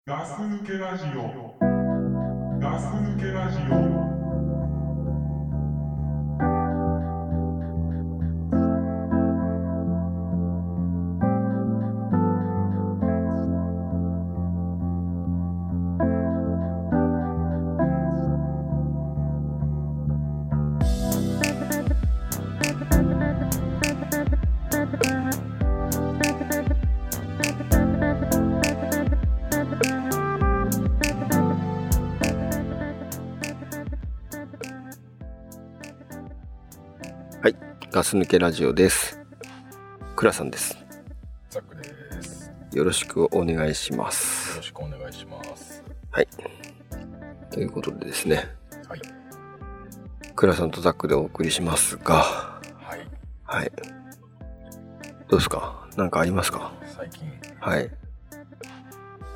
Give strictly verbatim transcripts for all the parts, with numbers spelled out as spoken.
ガス抜けラジオ。ガス抜けラジオ。 はい、ガス抜けラジオです。クラさんです。 ザックです。 よろしくお願いしまよす。 ろしくお願いします。 はい。ということでですね。 はい。 クラさんとザックでお送りしますが。 はい。 はい。どうですか？なんかありますか？ 最近。 はい。 あ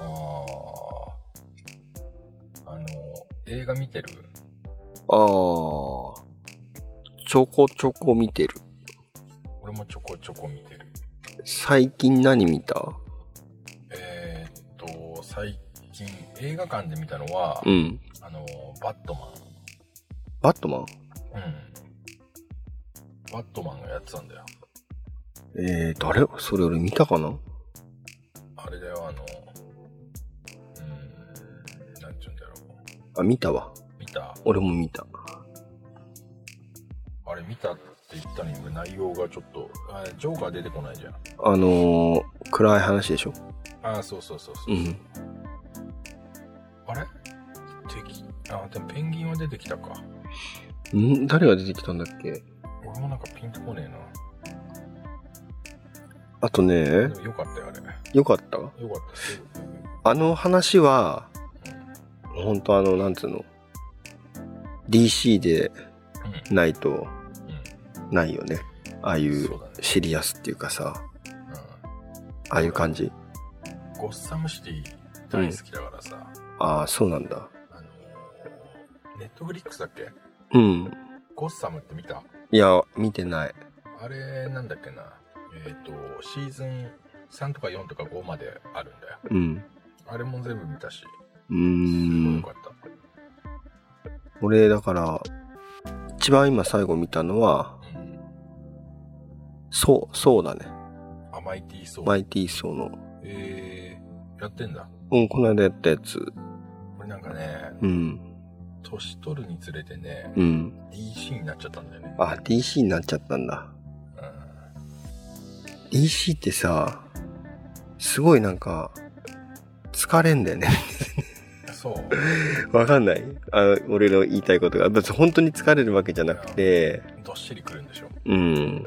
あ。あの映画見てる？ ああ。ちょこちょこ見てる。 俺もちょこちょこ見てる。 最近何見た？ えー、っと最近映画館で見たのは、 うん。 あのバットマン。 バットマン？ うん。バットマンがやってたんだよ。 えー、誰？それ俺見たかな？ あれだよ、あの、うーん、なんちゅうんだろう。 あ、見たわ。 見た？ 俺も見た。 あれ見たって言ったのに俺内容がちょっと、あジョーカー出てこないじゃん。 あのー、暗い話でしょ？ ああ、そうそうそうそう。 うん。 あれ敵、あ、でもペンギンは出てきたか。 ん？誰が出てきたんだっけ？ 俺もなんかピンとこねえな。 あとね、 でもよかったよ、あれ。 よかった？ よかったし。 あの話は、 うん。 ほんとあの、なんつうの、ディーシー でうん。 ないとうん。 ないよね。ああいうそうだね。 シリアスっていうかさ、 うああいう感じ。 ん。ゴッサムシティ大好きだからさ。 ああ、そうなんだ。 あのー、ネットフリックスだっけ？ うん。 ゴッサムって見た？ いや、見てない。 あれ、なんだっけな。えっ、ー、と、シーズンさんとかよんとかごまであるんだよ。 うん。 あれも全部見たし。 うーん。 すごいよかった。 俺、だから、一番今最後見たのは、 うん。 そう、そうだね。 あ、マイティーソー。 マイティーソーの。 えー、やってんだ。 うん、この間やったやつ。 これなんかね、 うん。 年取るにつれてね、 うん。 ディーシー になっちゃったんだよね。 あ、ディーシー になっちゃったんだ。 うディーシー ってさ、すごいなんか、疲れんだよね。 ん。そう。 わかんない。あ、俺の言いたいことが。別に本当に疲れるわけじゃなくて、 どっしりくるんでしょ。 うん。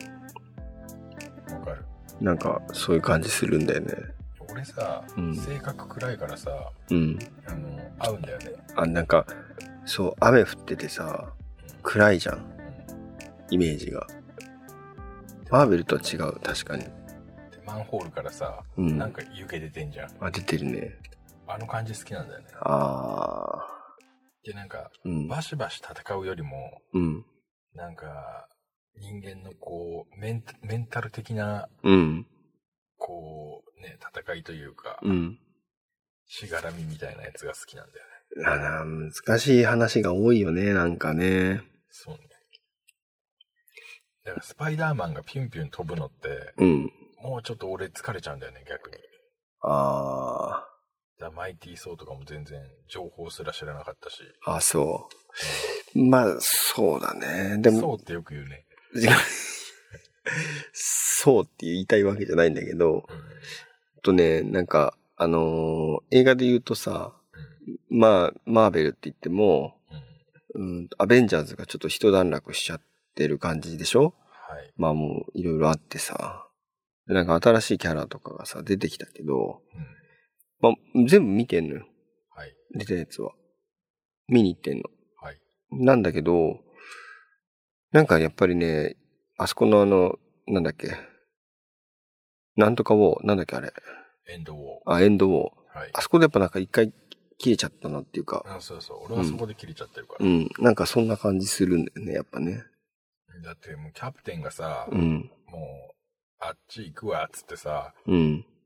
わかる。 なんか、そういう感じするんだよね。 俺さ、 うん、 性格暗いからさ、 うん。 あの、合うんだよね。 あ、なんか、そう、雨降っててさ、暗いじゃん。イメージが。マーベルとは違う、確かに。 でマンホールからさ、 うん、 なんか湯気出てんじゃん。 あ、出てるね。 あの感じ好きなんだよね。 あで、なんか、 ー。うん。 バシバシ戦うよりも、 うん。 なんか、人間のこう、メンタ、メンタル的な、 うん。 こう、ね、戦いというか、 うん。 しがらみみたいなやつが好きなんだよね。 あな、難しい話が多いよね、なんかね。 そうね。だからスパイダーマンがピュンピュン飛ぶのって、 うん。 もうちょっと俺疲れちゃうんだよね、逆に。 あだからマイティーソーとかも全然情報すら知らなかったし。 ー。あ、そう。まあ、そうだね。でも、 そうってよく言うね。 そうって言いたいわけじゃないんだけど、 うん、 とね、なんか、あのー、映画で言うとさ、うん、まあ、マーベルって言っても、うん、うん、アベンジャーズがちょっと一段落しちゃってる感じでしょ？はい。まあもういろいろあってさ、なんか新しいキャラとかがさ、出てきたけど、うん、まあ、全部見てんのよ。はい。出たやつは。見に行ってんの。はい。なんだけど、なんかやっぱりね、あそこのあの、なんだっけ、なんとかウォー、なんだっけあれ。 エンドウォー。 あ、エンドウォー。はい。あそこでやっぱなんか一回切れちゃったなっていうか。 あ、そうそう。俺はそこで切れちゃってるから。 うん。うん、なんかそんな感じするんだよね、やっぱね。 だってもうキャプテンがさ、 うん。 もう、あっち行くわ、つってさ、 うん。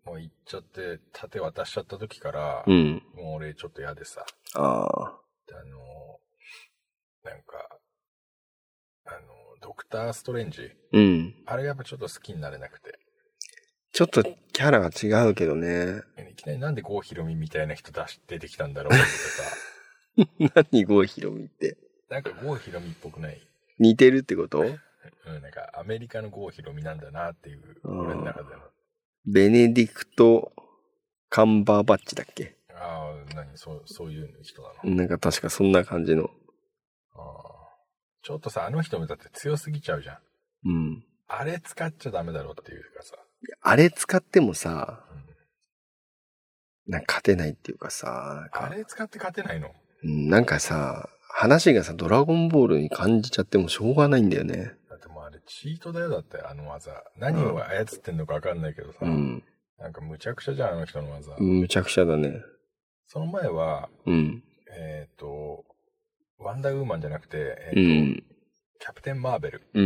もう行っちゃって、盾渡しちゃった時から、 うん。 もう俺ちょっと嫌でさ。 ああ。 であの、なんか、あの、ドクター・ストレンジ。 うん。 あれやっぱちょっと好きになれなくて。 ちょっとキャラが違うけどね。 いきなりなんで郷ひろみみたいな人出し出てきたんだろうってさ。何郷ひろみって。 なんか郷ひろみっぽくない？ 似てるってこと？うん、 なんかアメリカの郷ひろみなんだなっていう、俺の中での。 ベネディクト・カンバーバッチだっけ？ ああ、何そう、そういう人なの？ なんか確かそんな感じの。 ああ。ちょっとさ、あの人もだって強すぎちゃうじゃん。 うん。 あれ使っちゃダメだろうっていうかさ。 あれ使ってもさ、うん、なんか勝てないっていうかさ。 かあれ使って勝てないの？ うん、なんかさ、話がさ、ドラゴンボールに感じちゃってもしょうがないんだよね。 だってもうあれチートだよ、だってあの技。何を操ってんのかわかんないけどさ。うん。なんかむちゃくちゃじゃん、あの人の技。 むちゃくちゃだね。 その前は、 うん。 えっ、ー、と、ワンダーウーマンじゃなくて、えっ、ー、と、うん、キャプテン・マーベル。 うん。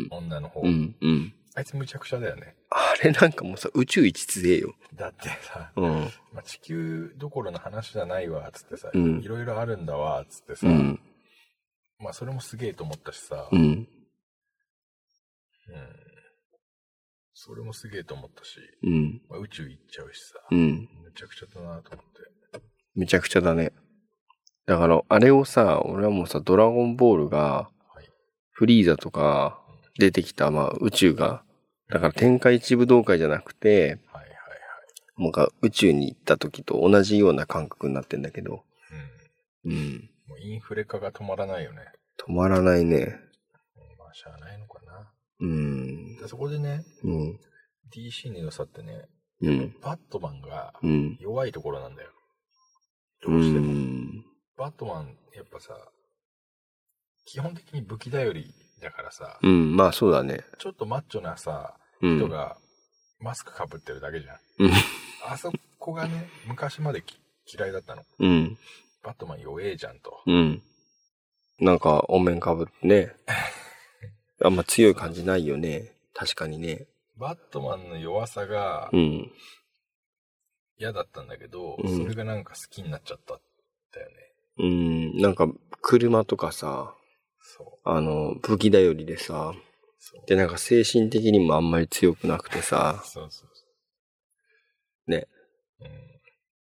女の方。 うん。うん。 あいつむちゃくちゃだよね。 あれなんかもうさ、宇宙一強えよ。 だってさ、 うん。 まあ、地球どころの話じゃないわ、つってさ、うん、いろいろあるんだわ、つってさ、うん、まあそれもすげえと思ったしさ、 うん。うん。 それもすげえと思ったし、 うん。 まあ、宇宙行っちゃうしさ、 うん。 むちゃくちゃだなと思って。 むちゃくちゃだね。だから、あれをさ、俺はもうさ、ドラゴンボールが、フリーザとか出てきた、まあ宇宙が、だから天下一武道会じゃなくて、はいはいはい。もう宇宙に行った時と同じような感覚になってんだけど。 うん。うん。もうインフレ化が止まらないよね。 止まらないね。 まあ、しゃあないのかな。 うん。 でそこでね、 うん。 ディーシー の良さってね、 うん。 バットマンが弱いところなんだよ。 うん、 どうしても。 うん。 バットマン、やっぱさ、基本的に武器頼りだからさ。 うん、まあそうだね。 ちょっとマッチョなさ、人がマスクかぶってるだけじゃん。 うん。 あそこがね、昔まで嫌いだったの。 うん。 バットマン弱えじゃんと。 うん。なんか、お面かぶってね。あんま強い感じないよね。確かにね。 バットマンの弱さが、 うん。 嫌だったんだけど、うん、それがなんか好きになっちゃったんだよね。 うん。なんか、車とかさ、そうあの、武器頼りでさ、で、なんか精神的にもあんまり強くなくてさ、 そうそうそう。 ね。 うん。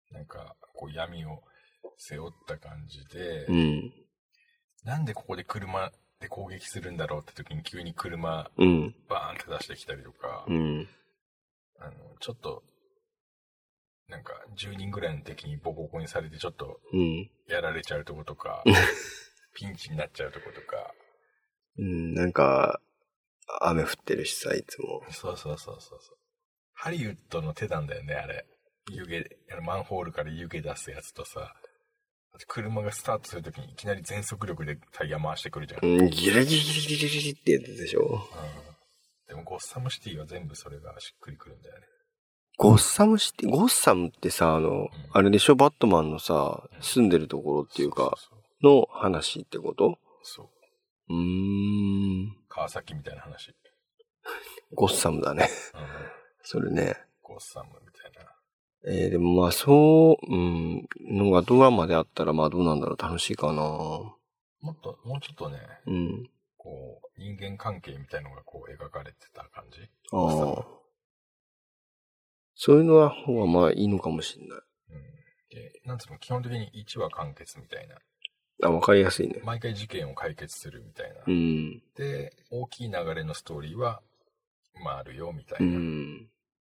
なんか、こう闇を背負った感じで、 うん。 なんでここで車で攻撃するんだろうって時に急に車、 うん、 バーンって出してきたりとか、 うん、 あの、ちょっと、なんか、じゅうにんぐらいの敵にボコボコにされてちょっと、やられちゃうとことか、うん、ピンチになっちゃうとことか。 うん、なんか、雨降ってるしさ、いつも。 そうそうそうそう。ハリウッドの手なんだよね、あれ。湯気、マンホールから湯気出すやつとさ、車がスタートするときにいきなり全速力でタイヤ回してくるじゃん。 うん、ギラギリギリギリギリってやつでしょ。うん。 でもゴッサムシティは全部それがしっくりくるんだよね。 ゴッサムシティ、ゴッサムってさ、あの、うん、あれでしょ、バットマンのさ、住んでるところっていうか、そうそうそうの話ってこと？ そう。 うーん。 川崎みたいな話。 ゴッサムだね。 うん、 それね。 ゴッサムみたいな。 えー、でもまあそう、うん、のがドラマであったらまあどうなんだろう、楽しいかな。もっと、もうちょっとね、 うん。 こう、人間関係みたいのがこう描かれてた感じ。 ああ。そういうのは方がまあいいのかもしれない。 うん。で、なんつうの、基本的にいちわ完結みたいな。 あ、わかりやすいね。 毎回事件を解決するみたいな。 うん。 で、大きい流れのストーリーは、まああるよ、みたいな。 うん。うん、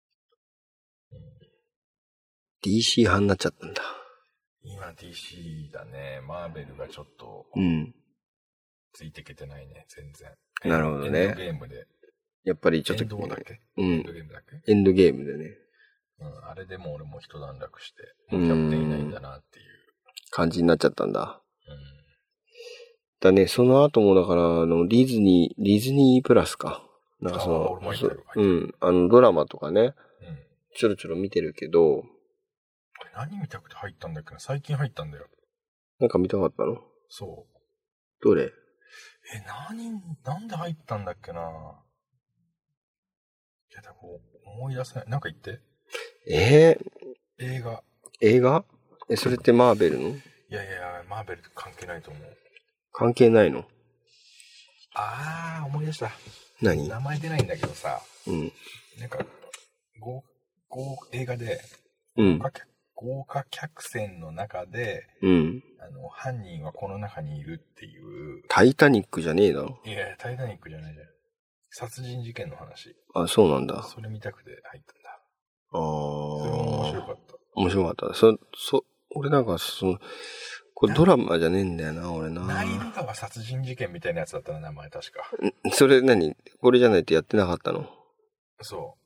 ディーシー 派になっちゃったんだ。 今 ディーシー だね。マーベルがちょっと、 うん。 ついていけてないね、全然。 なるほどね。 エンドゲームで。 やっぱりちょっと。 エンドだっけ？ うん。 エンドゲームだっけ？ エンドゲームでね。 うん、あれでも俺も一段落して、もうキャプテンいないんだなっていう。 感じになっちゃったんだ。 うん。 だね、その後もだから、あの、ディズニー、ディズニープラスか。なんかその、うん、あの、ドラマとかね、うん、ちょろちょろ見てるけど、 何見たくて入ったんだっけな、最近入ったんだよ。 なんか見たかったの？ そう。 どれ？ え、何、なんで入ったんだっけな。いや、だこう思い出せない。なんか言って。 えー、 映画。 映画え、それってマーベルの？ いやいや、マーベルと関係ないと思う。 関係ないの？ あー、思い出した。 何？ 名前出ないんだけどさ、 うん。 なんか、豪、豪、映画で、 うん豪華客、豪華客船の中で、 うん。 あの、犯人はこの中にいるっていう。 タイタニックじゃねえだろ。 いや、タイタニックじゃないじゃん。殺人事件の話。 あ、そうなんだ。 それ見たくて入ったんだ。 ああ。 それも面白かった。 面白かった。そ、そ、俺なんか、その、これドラマじゃねえんだよな、俺な。 ナイル川殺人事件みたいなやつだったな、名前確か。 それ何？これじゃないとやってなかったの？ そう。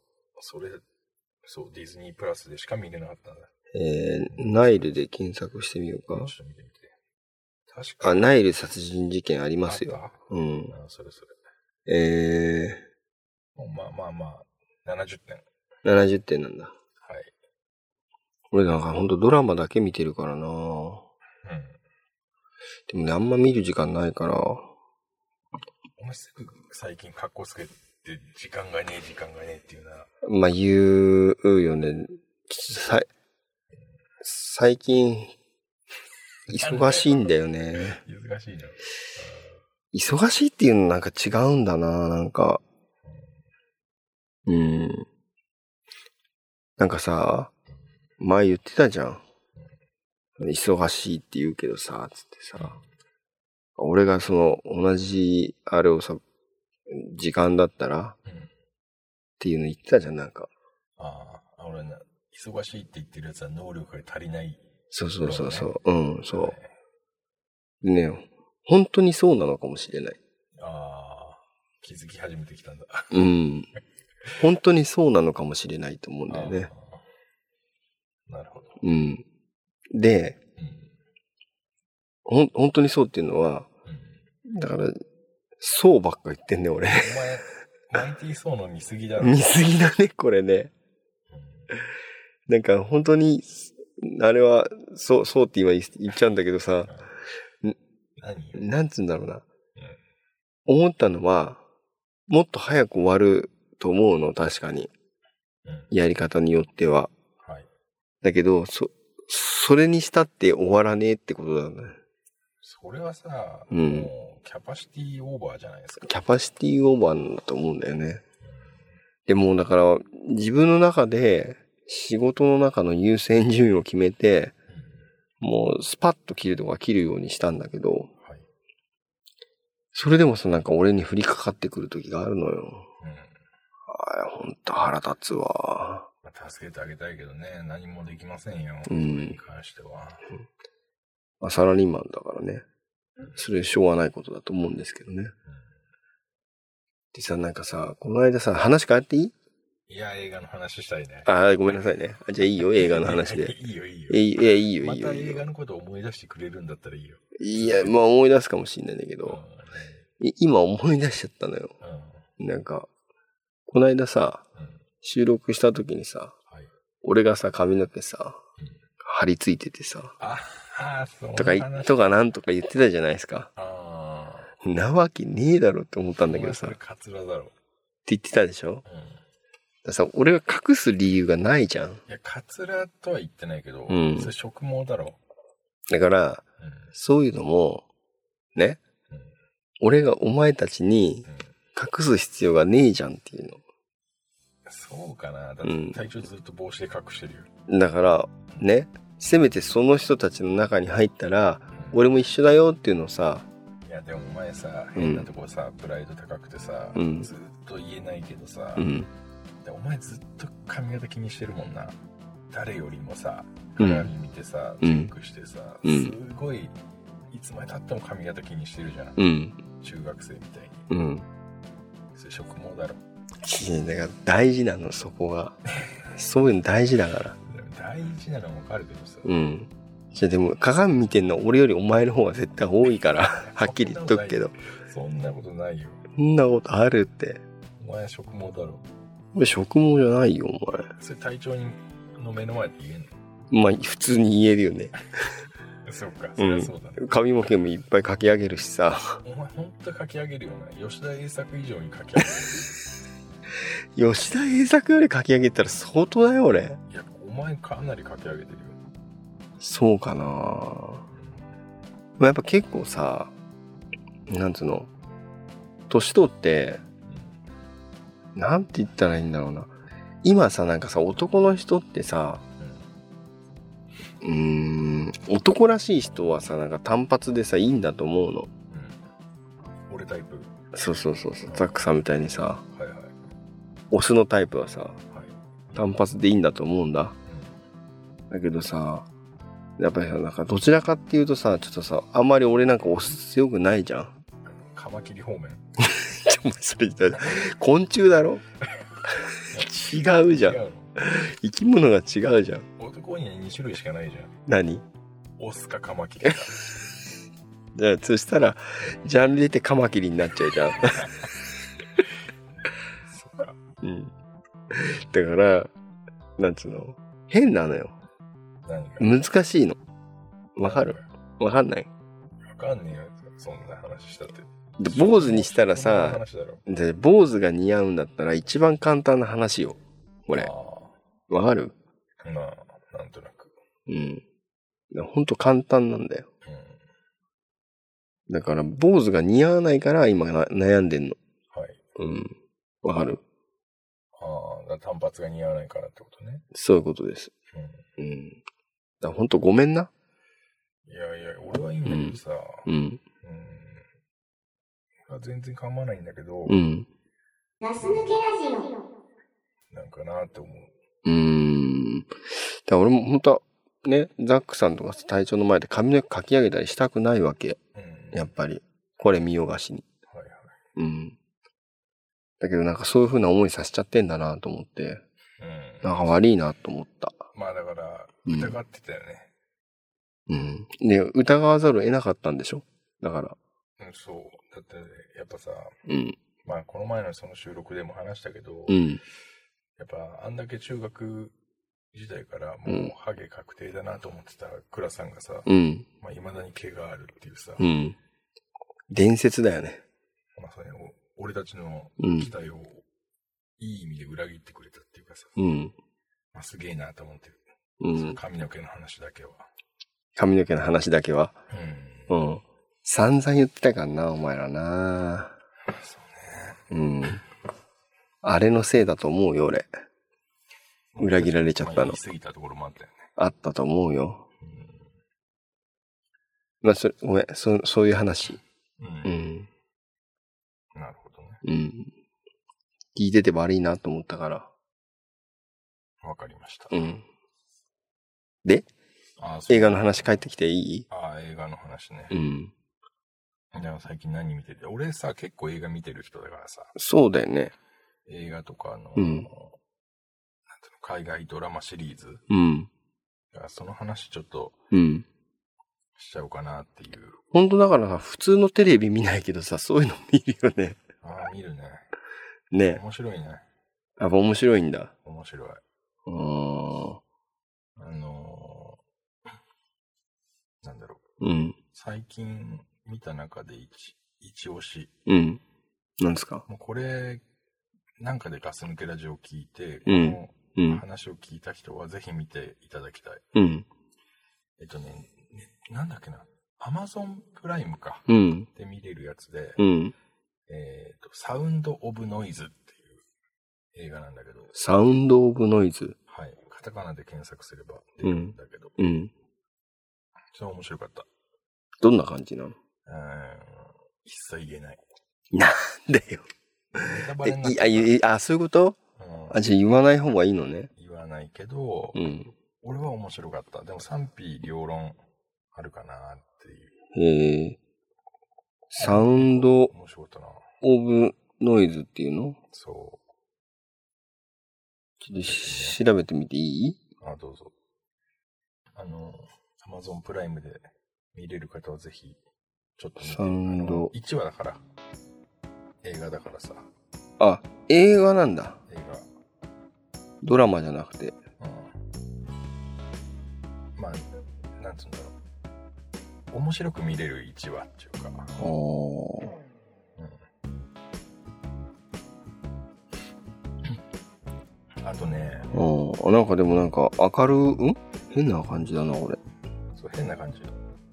それ、そう、ディズニープラスでしか見れなかったんだ。 えー、ナイルで検索してみようか。 ちょっと見てみて。確かあ、ナイル殺人事件ありますよ。うん。 あ、それそれ。 えー。まあまあまあ、ななじゅってん。 ななじゅってんなんだ。 はい。 俺なんかほんとドラマだけ見てるからな。うん。でもね、あんま見る時間ないから。 お前すぐ最近カッコつけて時間がねえ時間がねえっていうな。 まあ言うよね。さ最近、忙しいんだよね。 忙しいな。 忙しいっていうのなんか違うんだな、なんか。うん。なんかさ、前言ってたじゃん。忙しいって言うけどさ、つってさ。俺がその同じあれをさ、時間だったら、うん、っていうの言ってたじゃん、なんか。 ああ、俺な、忙しいって言ってるやつは能力が足りない、ね。 そうそうそうそう。うん、そう。はい、ね、本当にそうなのかもしれない。 ああ、気づき始めてきたんだ。 うん。本当にそうなのかもしれないと思うんだよね。 なるほど。 うん。で、うん、ほん、本当にそうっていうのは、うん、だから、そうばっか言ってんね、俺。 お前、マイティーソーの見過ぎだろ。 見過ぎだね、これね。うん、なんか、本当に、あれは、そう、そうって今言っちゃうんだけどさ、 うん、何？ なんつうんだろうな。うん、思ったのは、もっと早く終わると思うの、確かに。うん、やり方によっては。はい。だけど、そ、それにしたって終わらねえってことだね。 それはさ、うん、もうキャパシティオーバーじゃないですか。 キャパシティオーバーなんだと思うんだよね。うん、でもだから自分の中で仕事の中の優先順位を決めて、うん、もうスパッと切るとか切るようにしたんだけど、はい、それでもさ、なんか俺に降りかかってくる時があるのよ。うん、ああ、ほんと腹立つわ。 助けてあげたいけどね、何もできませんよ。うん、それに関しては。 うんまあ、サラリーマンだからね。それしょうがないことだと思うんですけどね。うん、でさ、なんかさ、この間さ、話変わっていい？ いや、映画の話したいね。 ああ、ごめんなさいね。じゃあいいよ、映画の話で。 いいよ、いいよ。 いや、いいよ、いいよ。 また映画のことを思い出してくれるんだったらいいよ。 いや、まあ思い出すかもしれないんだけど、うん、今思い出しちゃったのよ。うん、なんか、この間さ、うん、収録した時にさ、はい、俺がさ、髪の毛さ、うん、張り付いててさ、 ああ、そうとか、とかなんとか言ってたじゃないですか。ああ。なわけねえだろって思ったんだけどさ。 それカツラだろ。って言ってたでしょ。うん。ださ、俺が隠す理由がないじゃん。 いや、カツラとは言ってないけど、うん。それ植毛だろ。 だから、うん、そういうのも、ね、うん。俺がお前たちに隠す必要がねえじゃんっていうの。 そうかな。だって体調ずっと帽子で隠してるよ。 うん、だから、ね。せめてその人たちの中に入ったら、うん、俺も一緒だよっていうのをさ。 いやでもお前さ、変なとこさ、うん、プライド高くてさ、うん、ずっと言えないけどさ、うん、でお前ずっと髪型気にしてるもんな。誰よりもさ、鏡見てさ、チェックしてさ、うん、すごい、いつまで経っても髪型気にしてるじゃん。うん、中学生みたいに。うん、それ植毛だろ。 だから大事なの、そこが。そういうの大事だから。 大事なのも分かるけどさ。 うん。じゃあでも鏡見てんの俺よりお前の方が絶対多いからはっきり言っとくけど。 そんなことないよ。 そんなことあるって。 お前は植毛だろ。 俺植毛じゃないよお前。 それ隊長の目の前で言えんの？まあ普通に言えるよね。 そうか、そりゃそうだね、 うん。髪も毛もいっぱいかき上げるしさ。 お前ほんとかき上げるよな。吉田栄作以上にかき上げる。 吉田栄作より書き上げたら相当だよ俺。 いやお前かなり書き上げてるよ。 そうかな。やっぱ結構さ、なんつうの、年取って、なんて言ったらいいんだろうな。今さ、なんかさ、男の人ってさ、うーん、男らしい人はさ、なんか単発でさ、いいんだと思うの。うん、 俺タイプ。 そうそうそうそう、ザックさんみたいにさ、 はいはい、 オスのタイプはさ、はい、単発でいいんだと思うんだ。 うん、 だけどさ、やっぱりさ、なんかどちらかっていうとさ、ちょっとさ、あんまり俺なんかオス強くないじゃん。 カマキリ方面。 ちょ、それ言ったら昆虫だろ違うじゃん。生き物が違うじゃん。 男にはに種類しかないじゃん。 何？ オスかカマキリか。 じゃあそしたらジャンル出てカマキリになっちゃうじゃん。 そっか。 うん。だからなんつうの、変なのよ。何が？難しいの。わかる？わかんない？ わかんねえよ。そんな話したって。 で坊主にしたらさ、で坊主が似合うんだったら一番簡単な話よ。これ。わかる？ まあなんとなく。 うん。ほんと簡単なんだよ。うん、だから坊主が似合わないから今悩んでんの。はい。うん。わかる？ ああ、単発が似合わないからってことね。 そういうことです。うん。うん。だからほんとごめんな。 いやいや、俺はいいんだけどさ。うん。うん。俺は全然構わないんだけど。うん。ガス抜けラジオ。なんかなって思う。 うーん。だから俺も本当はね、ザックさんとか隊長の前で髪の毛かき上げたりしたくないわけ。うん、やっぱり。これ見よがしに。はいはい。うん。だけどなんかそういう風な思いさせちゃってんだなと思って。うん。なんか悪いなと思った。 まあだから、疑ってたよね。 うん。うん。ね、疑わざるを得なかったんでしょ？だから。 うん、そう。だって、やっぱさ、うん。まあこの前のその収録でも話したけど、うん。やっぱあんだけ中学時代からもうハゲ確定だなと思ってた倉さんがさ、うん。まあ未だに毛があるっていうさ、うん。 伝説だよね。 まあそれを、俺たちの期待をいい意味で裏切ってくれたっていうかさ、うん。まあすげえなと思ってる。うん。髪の毛の話だけは。 髪の毛の話だけは？うん。うん。散々言ってたからな、お前らな。そうね。うん。あれのせいだと思うよ、俺。裏切られちゃったの。 言い過ぎたところもあったよね。 あったと思うよ。うん、まあ、それ、ごめん、そ、そういう話。うん。うん、 なるほどね。 うん。聞いてて悪いなと思ったから。 わかりました。 うん。で、あ、映画の話帰ってきていい？ ああ、映画の話ね。うん。でも最近何見てて、俺さ、結構映画見てる人だからさ。 そうだよね。 映画とかの、うん、なんていうの、海外ドラマシリーズ。うん。だからその話ちょっと、うん。しちゃおうかなっていう。 本当だからさ、普通のテレビ見ないけどさ、そういうの見るよね。 ああ、見るね。 ね。 面白いね。 やっぱ面白いんだ。 面白い。ああ。 あのー、なんだろう。うん。 最近見た中で一、一押し。 うん。なんですか？ もうこれ、なんかでガス抜けラジオを聞いて、うん、この話を聞いた人はぜひ見ていただきたい。うん。えっとね、ねなんだっけな、アマゾンプライムか。うん。で見れるやつで、うん。えっと、サウンドオブノイズっていう映画なんだけど。 サウンドオブノイズ？ はい。カタカナで検索すれば出るんだけど。うん。うん、それは面白かった。 どんな感じなの？うん。 一切言えない。 なんだよ。いや、あ、そういうこと？うん、あ、じゃあ言わない方がいいのね。 言わないけど、うん、俺は面白かった。でも賛否両論あるかなっていう。 へえ。サウンドオブノイズっていうの？そう。ちょっと調べてみていい？ あ、どうぞ。あの、アマゾンプライムで見れる方はぜひ、ちょっと見て。 サウンド。 いちわだから。映画だからさ。 あ、映画なんだ。 映画。 ドラマじゃなくて。 うん。まあ、なんつうんだろう。面白く見れるいちわっていうか。おー。うん。 あとね、 ああ、なんかでもなんか明る、ん変な感じだな、これ。 そう、変な感じ。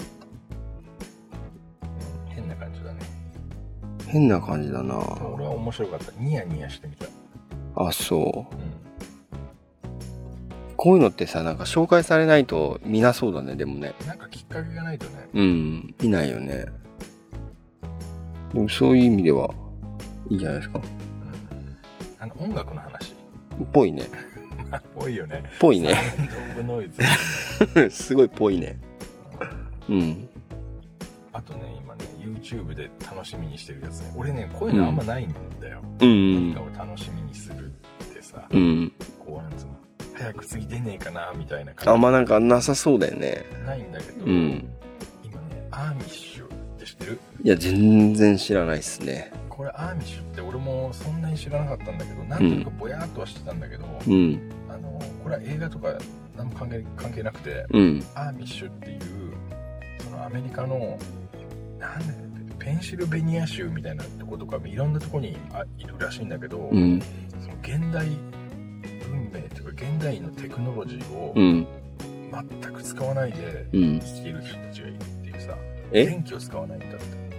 変な感じだね。 変な感じだな。 俺は面白かった。ニヤニヤしてみた。 あ、そう。 うん。 こういうのってさ、なんか紹介されないと見なそうだね、でもね。 なんかきっかけがないとね。 うん、見ないよね。でもそういう意味ではいいんじゃないですか。 うん、あの音楽の話。 ぽいね。 ぽいよね。 ぽいね。 サウンドオブノイズ。 すごいぽいね。うん。 あとね、今ね、YouTube で楽しみにしてるやつね。俺ね、こういうのあんまないんだよ。 うん。 何かを楽しみにするってさ、 うん。 こうなんつうの、早く次出ねえかなみたいな感じ。 あんまなんかなさそうだよね。 ないんだけど、 うん、 今ね、アーミッシュって知ってる？ いや、全然知らないっすね。 これアーミッシュって俺もそんなに知らなかったんだけど、なんとなくぼやーっとはしてたんだけど、 うん、 あのこれは映画とか何も関係関係なくて、 うん、 アーミッシュっていうそのアメリカのなんだよペンシルベニア州みたいなとことかいろんなとこにあいるらしいんだけど、 うん、 その現代文明というか現代のテクノロジーを全く使わないで生きている人たちがいるっていうさ、うん、電気を使わないんだって。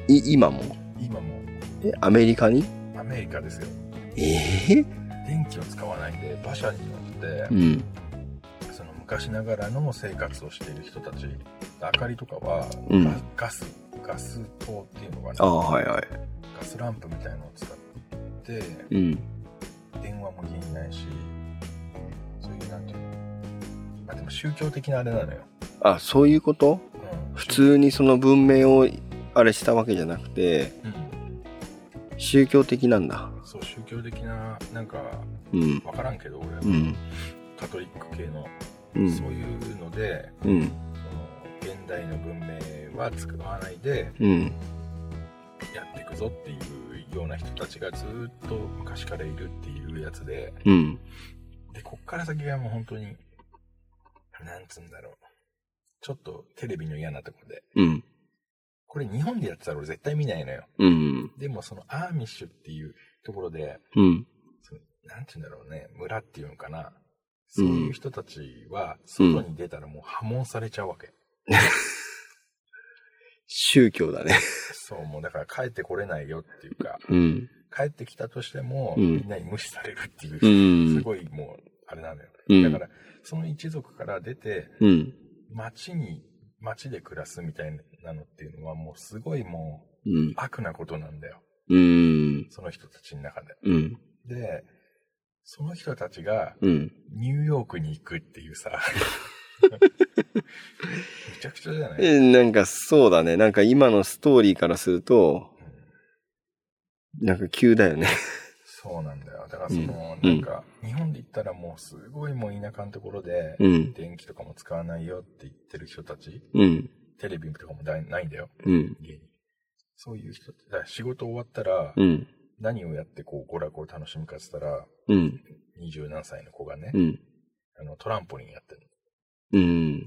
い今も今もえアメリカにアメリカですよ。 えー、 電気を使わないで馬車に乗って、 うん、 その昔ながらの生活をしている人たち、明かりとかは、 うん、 ガスガス灯っていうのかな、 あ、はいはい、 ガスランプみたいなのを使って、 うん、 電話も家にないし、そういうなんていうの、まあでも宗教的なあれなのよ。 あ、そういうこと、うん、普通にその文明をあれしたわけじゃなくて、うん、宗教的なんだ。 そう、宗教的ななんか、 うん、 分からんけど俺は、うん、カトリック系の、うん、そういうので、うん、その現代の文明は使わないで、うん、やっていくぞっていうような人たちがずっと昔からいるっていうやつで、うん、でこっから先がもう本当になんつうんだろう、ちょっとテレビの嫌なところで、うん、これ日本でやってたら俺絶対見ないのよ、うん、でもそのアーミッシュっていうところで、うん、そのなんていうんだろうね、村っていうのかな、そういう人たちは外に出たらもう破門されちゃうわけ、うん、 宗教だね。 そう、もうだから帰ってこれないよっていうか、 うん、 帰ってきたとしても、うん、みんなに無視されるっていう、うん、すごいもうあれなのよ、うん、だからその一族から出て、うん、町に町で暮らすみたいなのっていうのはもうすごいもう、うん、悪なことなんだよ、うん、その人たちの中で、うん、でその人たちがニューヨークに行くっていうさ、めちゃくちゃじゃない？ え、なんかそうだね。なんか今のストーリーからすると、うん、なんか急だよね。 そうなんだよ。だからその、うん、なんか日本で言ったらもうすごいもう田舎のところで、うん、電気とかも使わないよって言ってる人たち、うん、テレビとかもないんだよ、うん、家に。そういう人って、だから仕事終わったら、うん、何をやってこう娯楽を楽しむかって言ったら、うん、にじゅうなんさいの子がね、うん、あのトランポリンやってるの。うん、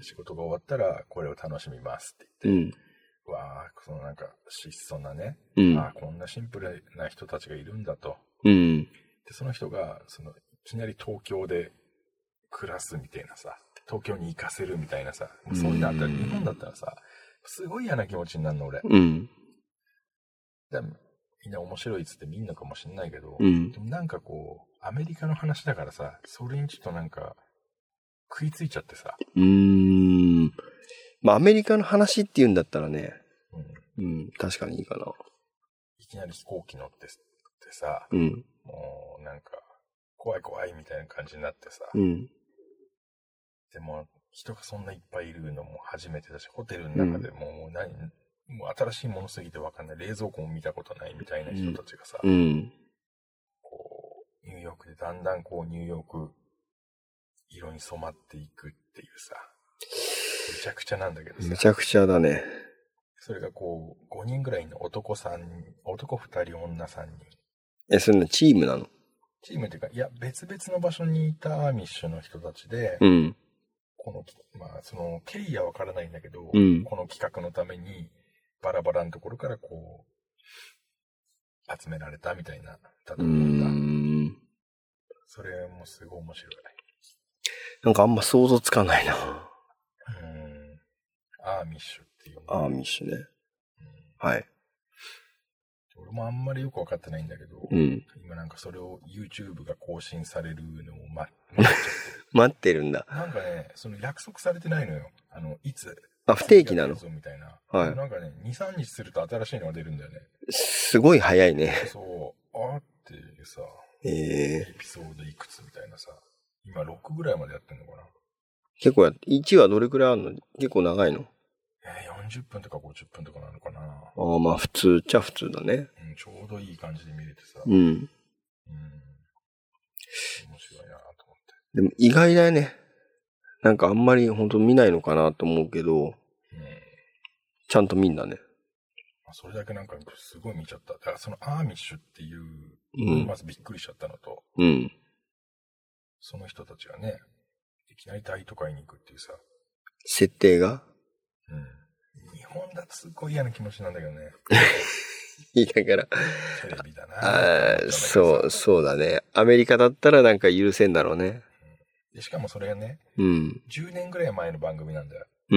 仕事が終わったらこれを楽しみますって言って、うん、わあ、そのなんか質素なね、うん、ああこんなシンプルな人たちがいるんだと、うん、でその人がそのいきなり東京で暮らすみたいなさ、東京に行かせるみたいなさ、もうそういうのあったら、うん、日本だったらさすごい嫌な気持ちになるの俺、うん、でみんな面白いっつって見んのかもしんないけど、うん、でもなんかこうアメリカの話だからさ、それにちょっとなんか食いついちゃってさ。 うーん。まあ、アメリカの話って言うんだったらね、うん、うん、確かにいいかな。 いきなり飛行機乗ってってさ、うん、もうなんか、怖い怖いみたいな感じになってさ、うん、でも人がそんないっぱいいるのも初めてだし、ホテルの中でももう何、もう新しいものすぎてわかんない、冷蔵庫も見たことないみたいな人たちがさ、うん、こう、ニューヨークでだんだんこうニューヨーク、色に染まっていくっていうさ、めちゃくちゃなんだけどさ、 めちゃくちゃだね。 それがこうごにんぐらいの男さんにん、男ふたり女さんにん。 え、それのチームなの？ チームっていうか、いや別々の場所にいたアーミッシュの人たちで、うん、このまあその経緯はわからないんだけど、うん、この企画のためにバラバラのところからこう集められたみたいなだと思うんだ。 それもすごい面白い。 なんかあんま想像つかないな。 うん。アーミッシュっていう、ね。 アーミッシュね。うん、はい。 俺もあんまりよくわかってないんだけど、 うん、 今なんかそれを YouTube が更新されるのを待っちゃってる。 待ってるんだ。 なんかね、その約束されてないのよ。あの、いつ。 あ、不定期なのみたいな。 はい。 なんかね、に、さんにちすると新しいのが出るんだよね。 すごい早いね。 そう。あーっていうさ、 えー、 エピソードいくつみたいなさ、今ろくぐらいまでやってんのかな。 結構や、いちわどれくらいあるの？結構長いの？ えー、よんじゅっぷんとかごじゅっぷんとかなのかな。 ああ、まあ普通っちゃ普通だね。 うん、ちょうどいい感じで見れてさ。 うん。うん。面白いなと思って。 でも意外だよね。なんかあんまり本当見ないのかなと思うけど、うん、ちゃんと見んだね。 それだけなんかすごい見ちゃった。だからそのアーミッシュっていう、うん、まずびっくりしちゃったのと、 うん、 その人たちがね、いきなり大都会に行くっていうさ。 設定がうん。日本だとすごい嫌な気持ちなんだけどね。 いやだから。 テレビだな。 ああ、そう、そうだね。アメリカだったらなんか許せんだろうね。うん、 でしかもそれがね、 うん、 じゅうねんぐらい前の番組なんだよ。 うん。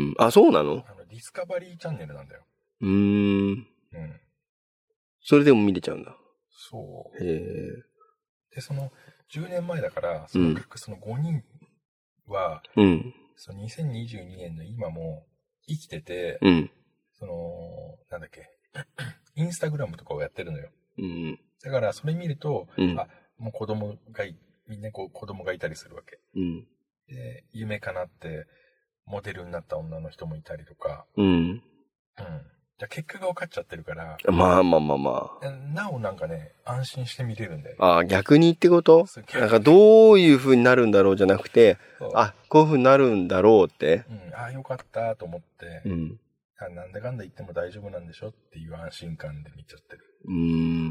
あ、そうなの？ あの、ディスカバリーチャンネルなんだよ。 うーん。うん。それでも見れちゃうんだ。 そう。 へえ。 で、その、じゅうねんまえだから、その、うん、そのごにんは、 うん。 そのにせんにじゅうにねんの今も生きてて、 うん。 その、なんだっけ、インスタグラムとかをやってるのよ。 うん。 だから、それ見ると、 うん、 あ、もう子供がい、みんなこう子供がいたりするわけ。 うん。 で、夢叶って、モデルになった女の人もいたりとか。 うん。うん。 じゃ結果が分かっちゃってるから。 まあまあまあまあ。 なおなんかね、安心して見れるんだよ。 ああ、逆にってこと？なんかどういう風になるんだろうじゃなくて、あ、こういう風になるんだろうって。 うん、ああ、よかったと思って、 うん、 あ、なんだかんだ言っても大丈夫なんでしょっていう安心感で見ちゃってる。 うーん。うん、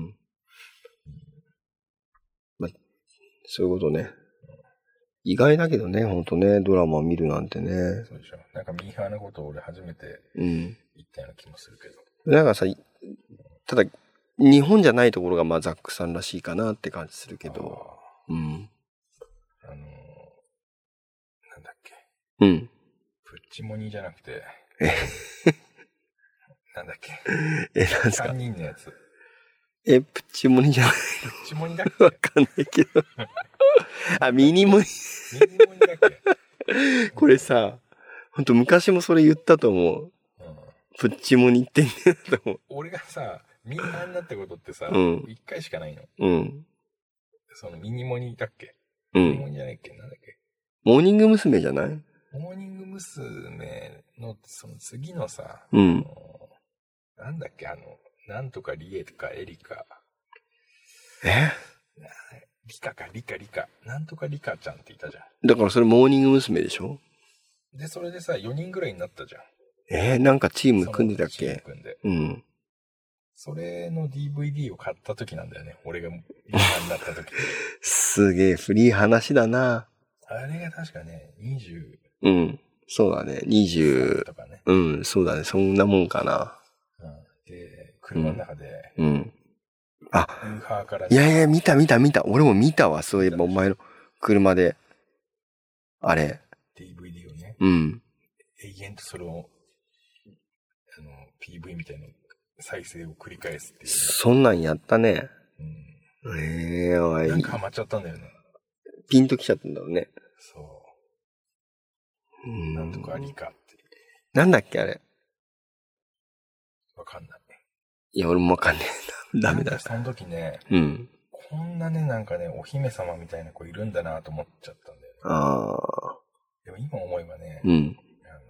まあ、そういうことね。意外だけどね、ほんとね、ドラマ見るなんてね。 そうでしょ。なんかミーハーなことを俺初めて言ったような気もするけど。 うん、なんかさ、ただ、日本じゃないところがまあザックさんらしいかなって感じするけど。うん。 あのー、なんだっけ。 うん。 プッチモニじゃなくて。 えなんだっけ。 え、なんですか？ さんにんのやつ。 え、プッチモニじゃないの？ プッチモニだっけ？ わかんないけど。あ、ミニモニ。 ミニモニだっけ？ これさ、ほんと昔もそれ言ったと思う。うん、プッチモニって言ってたと思う。 俺がさ、ミーハーになったことってさ、 うん、 いっかいしかないの。 うん。 そのミニモニだっけ？ うん。 ミニモニじゃないっけ？なんだっけ？ モーニング娘。じゃない？ モーニング娘。のその次のさ、 うん。 なんだっけ、あの、なんとかリエとかエリカ。 え？ リカか、リカ、リカ。なんとかリカちゃんっていたじゃん。だからそれモーニング娘。でしょ？ で、それでさ、よにんぐらいになったじゃん。 えー、なんかチーム組んでたっけ？チーム組んで。 うん。 それの ディーブイディー を買った時なんだよね。俺がリーハーになった時。 すげえ、フリー話だな。 あれが確かね、にじゅう。うん。そうだね。にじゅう。 とかね。 うん、そうだね。そんなもんかな。 うん。で、車の中で。 うん。うんあ、 ウーハーからいやいや、見た見た見た。俺も見たわ。そういえば、お前の車で。あれ。 ディーブイディー をね。 うん。 永遠とそれを、あの、ピーブイ みたいな再生を繰り返すっていう、ね。 そんなんやったね。 うん。 ええー、おい。 なんかハマっちゃったんだよね。 ピンときちゃったんだろうね。 そう。うん。なんとかありかって。 なんだっけ、あれ。 わかんない。 いや、俺もわかんねえな。ダメだ。 その時ね、 うん。 こんなね、なんかね、お姫様みたいな子いるんだなと思っちゃったんだよね。 ああ。 でも今思えばね、 うん。あのー、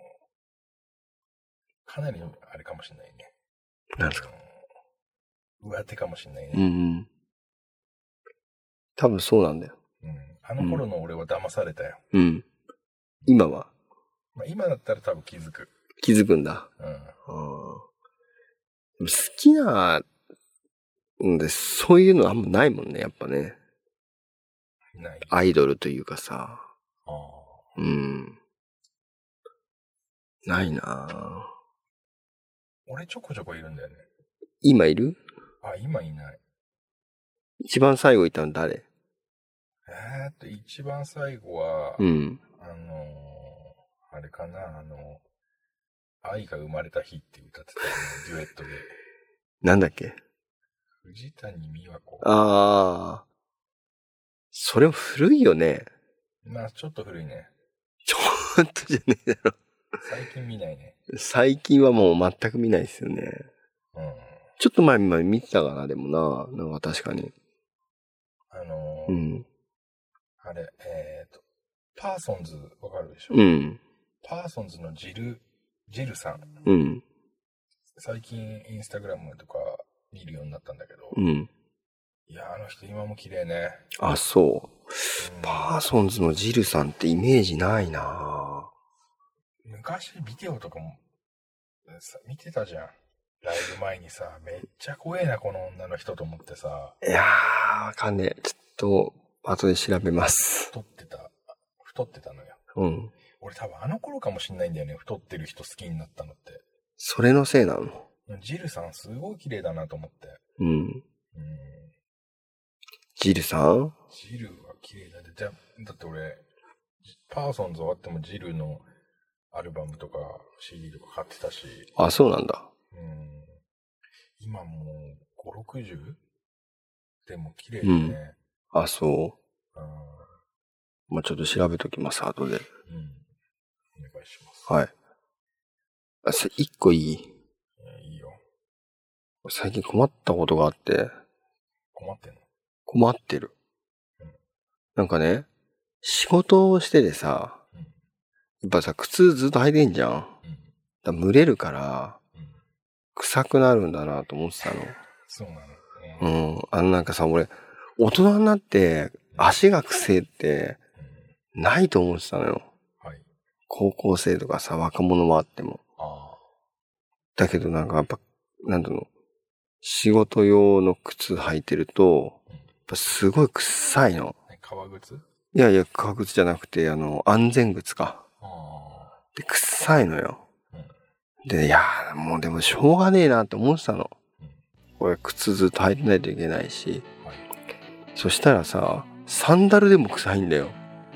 かなりあれかもしれないね。 なんですか？ 上手かもしれないね。 うんうん。多分そうなんだよ。 うん。あの頃の俺は騙されたよ。 うん。今は？ まあ、今だったら多分気づく。 気づくんだ。 うん。あ好きなんで、そういうのあんまないもんね、やっぱね。 ない。 アイドルというかさ。 ああ。 うん。ないなぁ。 俺ちょこちょこいるんだよね。 今いる？ あ、今いない。 一番最後いたの誰？ えーっと、一番最後は、 うん。 あのー、あれかな、あの、愛が生まれた日って歌ってたデュエットで。 なんだっけ？ 藤谷美和子。 ああ。それも古いよね。 まあ、ちょっと古いね。 ちょっとじゃねえだろ。 最近見ないね。 最近はもう全く見ないですよね。 うん。 ちょっと前に見てたかな、でもな。なんか確かに。 あのー、 うん。 あれ、えーと、パーソンズわかるでしょ？ うん。 パーソンズのジル、ジルさん。 うん。 最近インスタグラムとか見るようになったんだけど。 うん。 いや、あの人今も綺麗ね。 あ、そう。うん、パーソンズのジルさんってイメージないな。 昔ビデオとかもさ見てたじゃん。ライブ前にさ、めっちゃ怖えな、この女の人と思ってさ。 いやー、わかんねえ。ちょっと、後で調べます。 太ってた。太ってたのよ。 うん。 俺多分あの頃かもしんないんだよね。太ってる人好きになったのって。 それのせいなの？ ジルさんすごい綺麗だなと思って。 うん。うん。ジルさん？ ジルは綺麗だね。じゃ、だって俺、パーソンズ終わってもジルのアルバムとか シーディー とか買ってたし。 あ、そうなんだ。 うん。今もうご、ろくじゅう？でも綺麗だね。 うん。あ、そう。うん。まあ、ちょっと調べときます、後で。うん。 お願いします。 はい。あ、それ一個いい？ いいよ。 最近困ったことがあって。 困ってんの？ 困ってる。 うん。 なんかね、仕事をしててさ、うん、やっぱさ、靴ずっと履いてんじゃん。うん。だ蒸れるから、うん、臭くなるんだなと思ってたの。 そうなの。 うん。うん。あのなんかさ、俺、大人になって足が臭いってないと思ってたのよ。はい。高校生とかさ、若者もあっても。ああ。だけどなんかやっぱ、なんていうの、仕事用の靴履いてると、やっぱすごい臭いの。 革靴？ いやいや、革靴じゃなくて、あの、安全靴か。あ。で、臭いのよ。うん、で、いやー、もうでもしょうがねえなって思ってたの。うん、これ靴ずっと履いてないといけないし。はい、そしたらさ、サンダルでも臭いんだよ。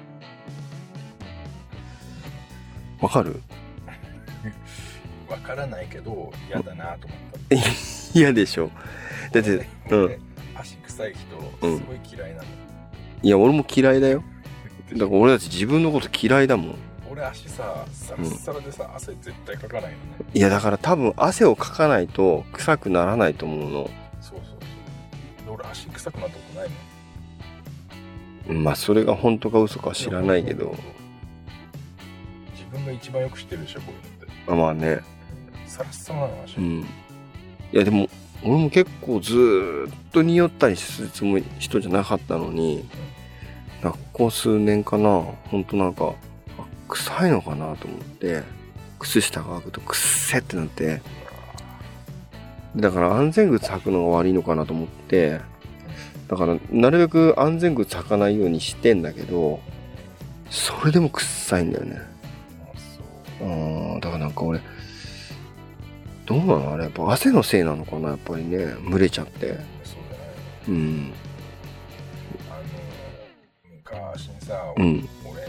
わかる？ わからないけど、嫌だなと思った。 嫌でしょ。だって、うん。 足臭い人、すごい嫌いなの。 いや、俺も嫌いだよ。だから俺たち自分のこと嫌いだもん。 俺足さ、サラサラでさ、うん、汗絶対かかないのね。 いや、だから多分汗をかかないと臭くならないと思うの。 そうそうそう。俺足臭くなったことないの。まあ、それが本当か嘘かは知らないけど。 自分が一番よく知ってるでしょ、こういうのって。 あ、まあね。 サラッサラなの足。 うん。いや、でも、俺も結構ずーっと匂ったりするつもり人じゃなかったのに、うん、ここ数年かな、ほんとなんか、臭いのかなと思って、靴下が履くとくっせってなって、だから安全靴履くのが悪いのかなと思って、だからなるべく安全靴履かないようにしてんだけど、それでも臭いんだよね。ああ、だからなんか俺、どうなのあれ、やっぱ汗のせいなのかな、やっぱりね、蒸れちゃって。そうだね。うん。 あの、昔にさ、 うん、 俺の、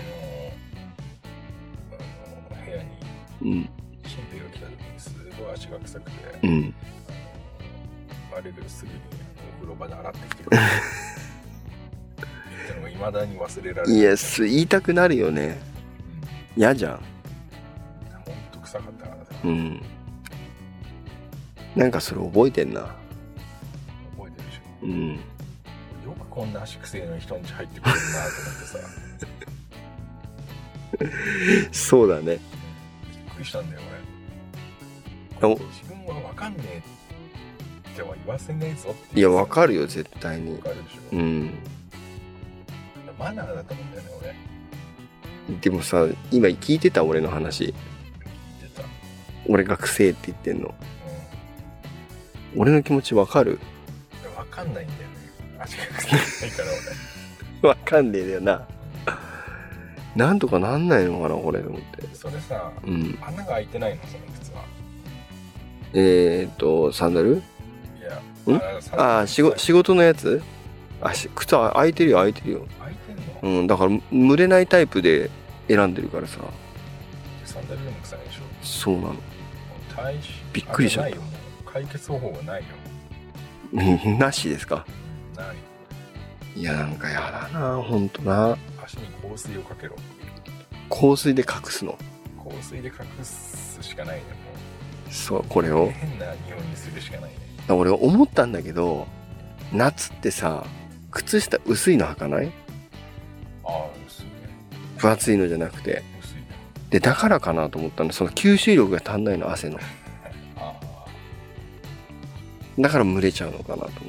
あの、部屋に、 うん。 新兵が来た時にすごい足が臭くて、 うん。 あれですぐにお風呂場で洗ってきてくれて、言ったのが未だに忘れられない。 いや、言いたくなるよね。嫌、うん、じゃん。 ほんと臭かったからさ。 うん。なんかそれ覚えてんな。 覚えてるでしょ。 うん。 よくこんな足くせえの人ん家入ってくれるなと思ってさ。 そうだね。びっくりしたんだよ俺。自分は分かんねえっては言わせねえぞって。 いや分かるよ絶対に。 分かるでしょ。 うん。 マナーだと思うんだよね俺。でもさ今聞いてた俺の話。聞いてた。俺がくせえって言ってんの。俺の気持ちわかる？ わかんないんだよね。足が臭いから俺。わかんねえだよな。なんとかなんないのかなこれと思って。 それさ、 うん、 穴が開いてないのその靴は。 えーっとサンダル？いや、 ん？ああ仕事仕事のやつ？あし靴は開いてるよ開いてるよ。 開いてんの？ うん、だから蒸れないタイプで選んでるからさ。 サンダルでも臭いでしょ。 そうなの。 大びっくりしちゃった。 ないよ、もう解決方法がないよ。 なしですか。 ない。 いやなんかやだな、ほんとな。 足に香水をかけろ。 香水で隠すの。 香水で隠すしかないね、もう。そう、これを変な匂いにするしかないね。 俺思ったんだけど、夏ってさ、靴下薄いの履かない？ ああ、薄いね。 分厚いのじゃなくて。 薄いね。 でだからかなと思ったの、その吸収力が足んないの、汗の。 ああ。 だから蒸れちゃうのかなと思って、うん、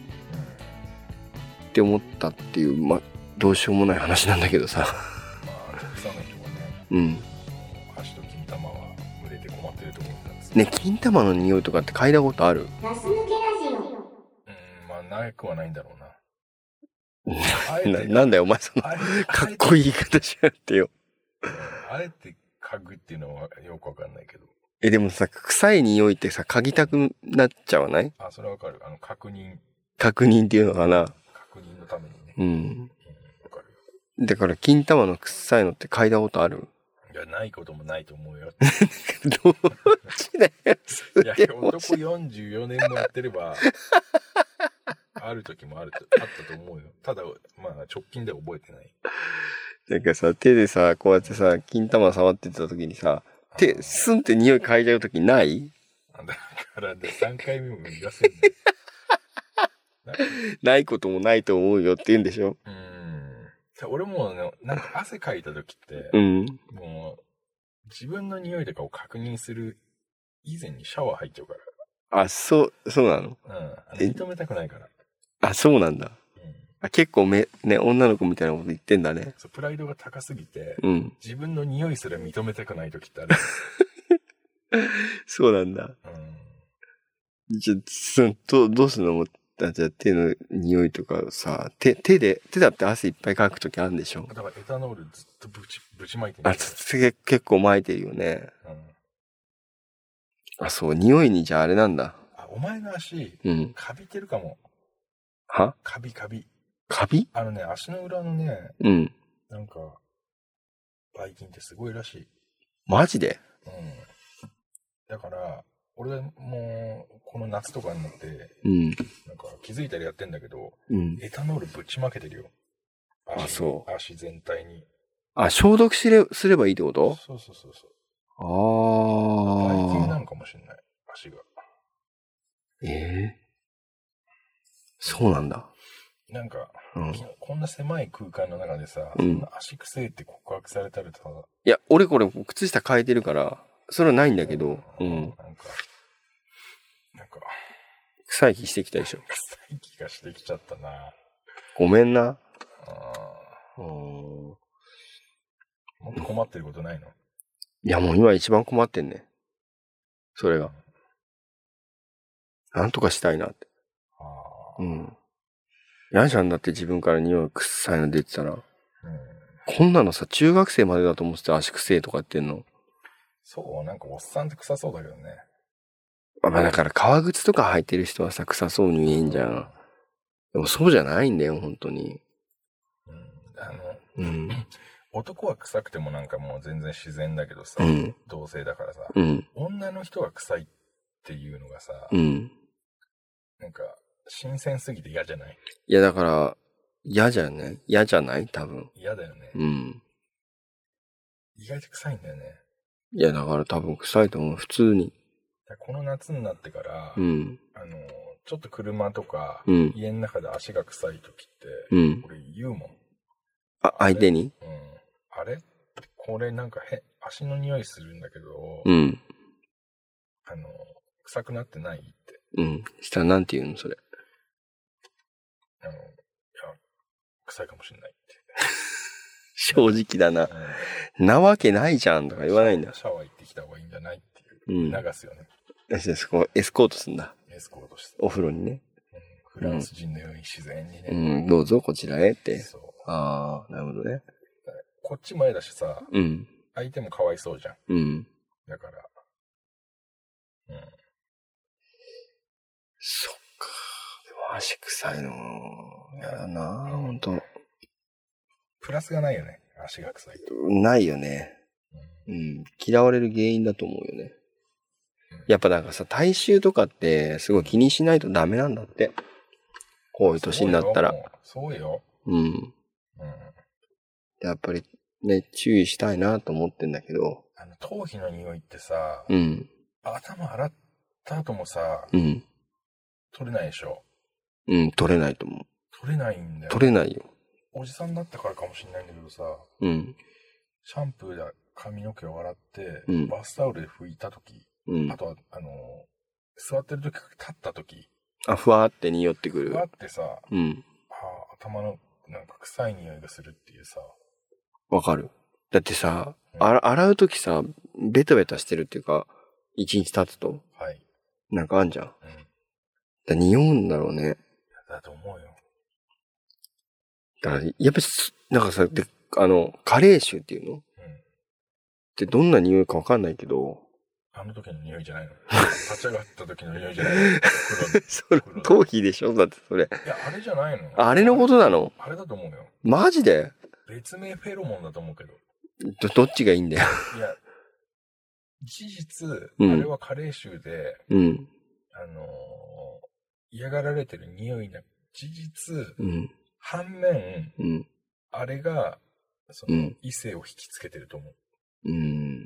って思ったっていう、まあどうしようもない話なんだけどさ。 まあたくさんの人がね、 うん、 足と金玉は蒸れて困ってると思うんですね。金玉の匂いとかって嗅いだことある？ ガス抜けラジオ。うん、まあなくはないんだろうな。 な, なんだよお前、そのかっこいい言い方しやがってよ。 あえて嗅ぐっていうのはよくわかんないけど。 えでもさ、臭い匂いってさ、嗅ぎたくなっちゃわない？ あ、それはわかる。あの確認確認っていうのかな。 確認のためにね。 うん、うん、 わかる。だから金玉の臭いのって嗅いだことある？ いや、ないこともないと思うよ。 どっちだよ。 いや、男よんじゅうよねんもやってればある時もあるとあったと思うよ。ただまあ直近では覚えてない。 なんかさ、手でさ、こうやってさ、金玉触ってた時にさ、手スンって匂い嗅いじゃう時ない？ だからね、さんかいめも言わせんね。 ないこともないと思うよって言うんでしょ。 うん。俺もね、なんか汗かいた時って、 うん、 もう自分の匂いとかを確認する以前にシャワー入っちゃうから。あ、そう、そうなの？ ら。うん。認めたくないから。 あ、そうなんだ。 うん、 あ、結構め、ね、女の子みたいなこと言ってんだね。 そう、プライドが高すぎて、 うん、 自分の匂いすら認めたくない時ってある。 そうなんだ。うん。じゃあ、ど, どうすんの？じゃあ手の匂いとかさ、手、手で、手だって汗いっぱいかくときあるんでしょ？ だからエタノールずっとぶち、ぶちまいてる。 あ、つ結構巻いてるよね。うん。あ、そう、匂いにじゃああれなんだ。 あ、お前の足、 うん。 カビてるかも。 は？ カビカビ。 カビ？ あのね、足の裏のね、 うん。 なんか、ばい菌ってすごいらしい。 マジで？ うん。だから、俺もう、この夏とかになって、 うん。 なんか気づいたらやってんだけど、 うん。 エタノールぶちまけてるよ。 あ、そう。 足全体に。 あ、消毒しれ、すればいいってこと？ そうそうそうそう。 ああ。 ばい菌なのかもしれない、足が。 ええー、そうなんだ。 なんか、 うん、 こんな狭い空間の中でさ、 うん、 そんな足くせえって告白されたらさ、 いや、俺これ靴下変えてるから、それはないんだけど、うん。うん、なんか、 なんか、 臭い気してきたでしょ。 臭い気がしてきちゃったな。 ごめんな。 あー、もっと困ってることないの？ いや、もう今一番困ってんね。それが。うん、なんとかしたいなって。あ、うん。嫌じゃんだって自分から匂い臭いの出てたら。うん、こんなのさ、中学生までだと思ってた足臭いとか言ってんの。 そう、なんかおっさんって臭そうだけどね。 まあだから革靴とか履いてる人はさ、臭そうに見えんじゃん。うん、でもそうじゃないんだよ、本当に。うん、 あの、 うん、 男は臭くてもなんかもう全然自然だけどさ、うん、同性だからさ、うん、女の人が臭いっていうのがさ、うん、なんか新鮮すぎて嫌じゃない？ いやだから嫌じゃね嫌じゃない多分。 嫌だよね。 うん。 意外と臭いんだよね。 いやだから多分臭いと思う、普通に。 この夏になってから、 うん、あのちょっと車とか、うん、家の中で足が臭い時って、うん、俺言うもん。 あ、相手に？ うん。あれこれなんかへ足の匂いするんだけど、 うん。 あの臭くなってないって。 うん。したらなんて言うのそれ。 あのいや臭いかもしれないって。 正直だな、うん。なわけないじゃんとか言わないんだ。 シャワー行ってきた方がいいんじゃないっていう、うん、流すよね。 そこエスコートすんだ。 エスコートして。 お風呂にね。 うん、フランス人のように自然にね。 うん、どうぞこちらへって。そう。ああ、なるほどね。 こっち前だしさ、 うん、 相手もかわいそうじゃん。 うん。 だから、うん。 そっか。でも足臭いの、やだな、ほんと。 ププラスがないよね。足が臭いと。 ないよね。うん。嫌われる原因だと思うよね。やっぱなんかさ、体臭とかってすごい気にしないとダメなんだって。こういう年になったら。 そうよ。 うん。うん。やっぱりね、注意したいなと思ってんだけど。 あの、頭皮の匂いってさ、 うん。 頭洗った後もさ、 うん。 取れないでしょ。 うん、取れないと思う。 取れないんだよ。 取れないよ。 おじさんになったからかもしれないんだけどさ、 うん。 シャンプーで髪の毛を洗って、 うん、 バスタオルで拭いたとき、うん、あとは、あのー、座ってるときか立ったとき。 あ、ふわーって匂ってくる。 ふわってさ、 うん。 あ頭のなんか臭い匂いがするっていうさ。 わかる。だってさ、うん、あ洗うときさ、ベタベタしてるっていうか、一日経つと。 はい。 なんかあんじゃん。うん。だ匂うんだろうね。 だと思うよ。 だから、やっぱり、なんかさ、で、あの、加齢臭っていうの、うん、ってどんな匂いかわかんないけど。 あの時の匂いじゃないの立ち上がった時の匂いじゃないのそれ、頭皮でしょだってそれ。 いや、あれじゃないのあれのことなのあれだと思うよ。 マジで別名フェロモンだと思うけど。 ど、どっちがいいんだよ。 いや、事実、うん、あれは加齢臭で、 うん。 あのー、嫌がられてる匂いな事実、 うん、 反面、 うん、 あれが、その、うん、異性を引きつけてると思う。 うん。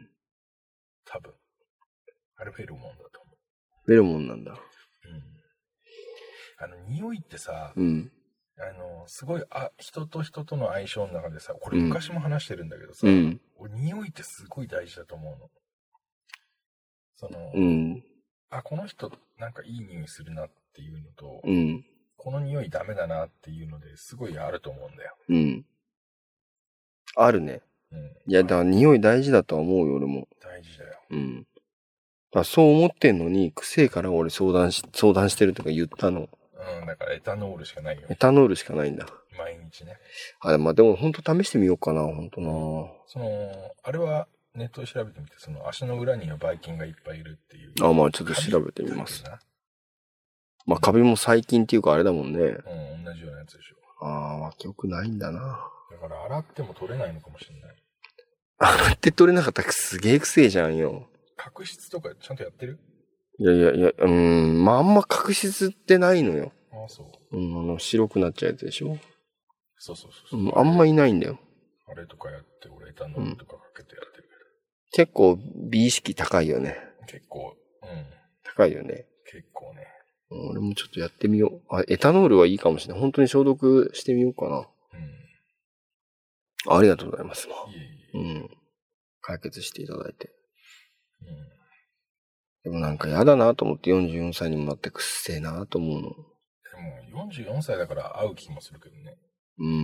多分。あれフェロモンだと思う。 フェロモンなんだ。うん。 あの、匂いってさ、 うん、 あの、すごい、あ、人と人との相性の中でさ、これ昔も話してるんだけどさ、 うん、 俺匂いってすごい大事だと思うの。その、 うん、 あ、この人なんかいい匂いするなっていうのと、 うん、 この匂いダメだなっていうのですごいあると思うんだよ。 うん。あるね。 うん。 いや、だから匂い大事だとは思うよ、俺も。 大事だよ。 うん。だからそう思ってんのに、癖から俺相談し、相談してるとか言ったの。 うん、だからエタノールしかないよ。 エタノールしかないんだ。 毎日ね。 あ、まあでも本当試してみようかな、本当な。 その、あれはネットで調べてみて、その足の裏にはばい菌がいっぱいいるっていう。 あ、まあちょっと調べてみます。まあカビも細菌っていうかあれだもんね。 うん、同じようなやつでしょ。 ああ、わけよくないんだな。 だから洗っても取れないのかもしれない。 洗って取れなかったらすげえくせえじゃんよ。 角質とかちゃんとやってる？ いやいやいや、うーん、まああんま角質ってないのよ。 ああ、そう。 うん、あの、白くなっちゃうやつでしょ。 そうそうそうそう、 うん。あんまいないんだよ。 あれとかやって、俺エタノールとかかけてやってるけど。 結構美意識高いよね。 結構、うん。 高いよね。 結構ね。 俺もちょっとやってみよう。あ、エタノールはいいかもしれない。本当に消毒してみようかな。うん。ありがとうございます。 いえいえ。 うん。解決していただいて。 うん。 でもなんか嫌だなと思ってよんじゅうよんさいにもなってくっせえなと思うの。 でもよんじゅうよんさいだから会う気もするけどね。 うーん。うん。